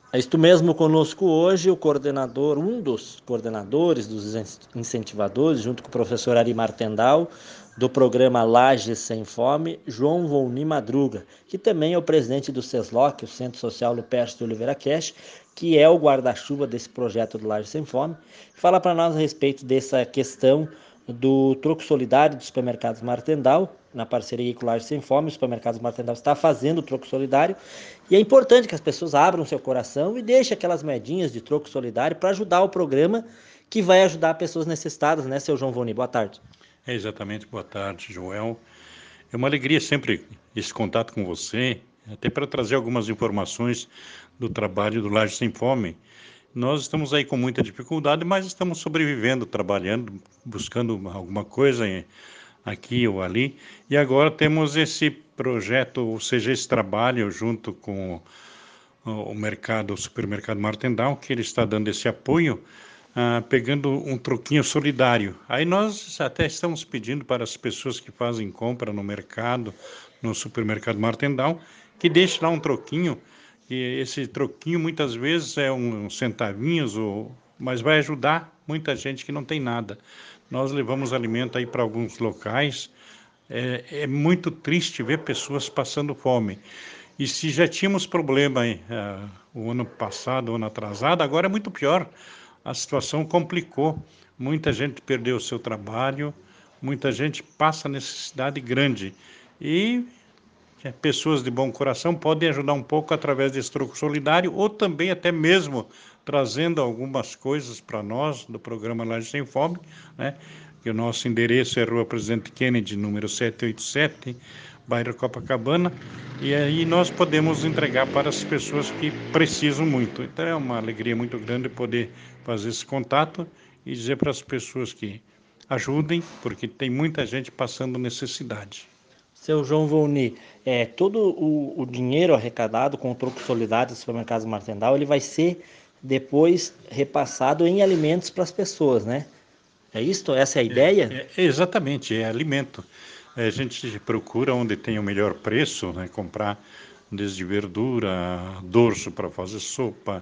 É isto mesmo, conosco hoje o coordenador, um dos coordenadores, dos incentivadores, junto com o professor Ari Martendal, do programa Lages Sem Fome, João Volni Madruga, que também é o presidente do CESLOC, o Centro Social Lupercio de Oliveira Cash, que é o guarda-chuva desse projeto do Lages Sem Fome. Fala para nós a respeito dessa questão do troco solidário dos supermercados Martendal, na parceria com o Lages Sem Fome. O supermercado Martendal está fazendo o troco solidário e é importante que as pessoas abram seu coração e deixem aquelas moedinhas de troco solidário para ajudar o programa que vai ajudar pessoas necessitadas, né, seu João Voni? Boa tarde. Exatamente, boa tarde, Joel. É uma alegria sempre esse contato com você, até para trazer algumas informações do trabalho do Lages Sem Fome. Nós estamos aí com muita dificuldade, mas estamos sobrevivendo, trabalhando, buscando alguma coisa aqui ou ali. E agora temos esse projeto, ou seja, esse trabalho junto com o supermercado Martendal, que ele está dando esse apoio, pegando um troquinho solidário. Aí nós até estamos pedindo para as pessoas que fazem compra no mercado, no supermercado Martendal, que deixe lá um troquinho, e esse troquinho muitas vezes é uns centavinhos, mas vai ajudar muita gente que não tem nada. Nós levamos alimento aí para alguns locais. É muito triste ver pessoas passando fome. E se já tínhamos problema o ano passado, o ano atrasado, agora é muito pior. A situação complicou. Muita gente perdeu o seu trabalho, muita gente passa necessidade grande. E pessoas de bom coração podem ajudar um pouco através desse troco solidário ou também até mesmo trazendo algumas coisas para nós do programa Lages Sem Fome, né? Que o nosso endereço é Rua Presidente Kennedy, número 787, bairro Copacabana, e aí nós podemos entregar para as pessoas que precisam muito. Então é uma alegria muito grande poder fazer esse contato e dizer para as pessoas que ajudem, porque tem muita gente passando necessidade. Seu João Volni, todo o dinheiro arrecadado com o troco solidário dos supermercados Martendal, ele vai ser depois repassado em alimentos para as pessoas, né? É isso? Essa é a ideia? Exatamente, é alimento. A gente procura onde tem o melhor preço, né, comprar desde verdura, dorso para fazer sopa,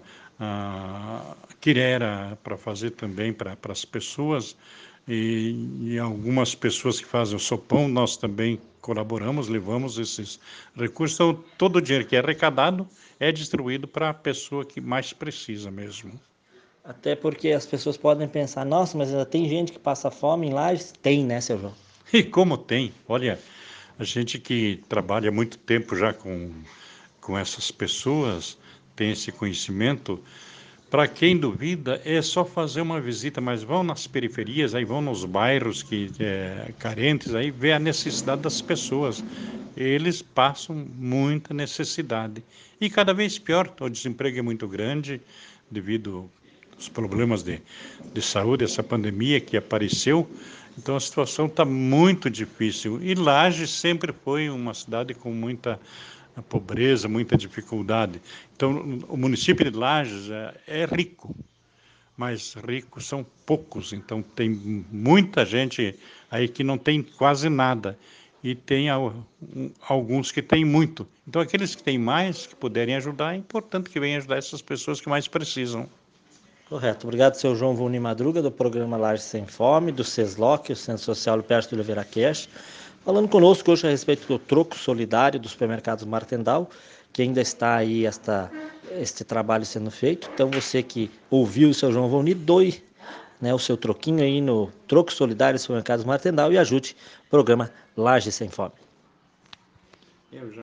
quirera para fazer também para as pessoas, e algumas pessoas que fazem o sopão, nós também colaboramos, levamos esses recursos. Então, todo o dinheiro que é arrecadado é distribuído para a pessoa que mais precisa mesmo. Até porque as pessoas podem pensar, nossa, mas ainda tem gente que passa fome em Lages? Tem, né, seu João? E como tem, olha, a gente que trabalha muito tempo já com essas pessoas, tem esse conhecimento. Para quem duvida, é só fazer uma visita, mas vão nas periferias, aí vão nos bairros carentes, aí vê a necessidade das pessoas. Eles passam muita necessidade. E cada vez pior, o desemprego é muito grande devido aos problemas de saúde, essa pandemia que apareceu. Então a situação está muito difícil. E Lages sempre foi uma cidade com muita pobreza, muita dificuldade. Então o município de Lages é rico, mas ricos são poucos. Então tem muita gente aí que não tem quase nada. E tem alguns que têm muito. Então aqueles que têm mais, que puderem ajudar, é importante que venham ajudar essas pessoas que mais precisam. Correto. Obrigado, seu João Volni Madruga, do programa Lages Sem Fome, do CESLOC, o Centro Social Lupercio de Oliveira Cash, falando conosco hoje a respeito do troco solidário dos supermercados Martendal, que ainda está aí este trabalho sendo feito. Então, você que ouviu o seu João Volni, doe, né, o seu troquinho aí no troco solidário dos supermercados Martendal e ajude o programa Lages Sem Fome.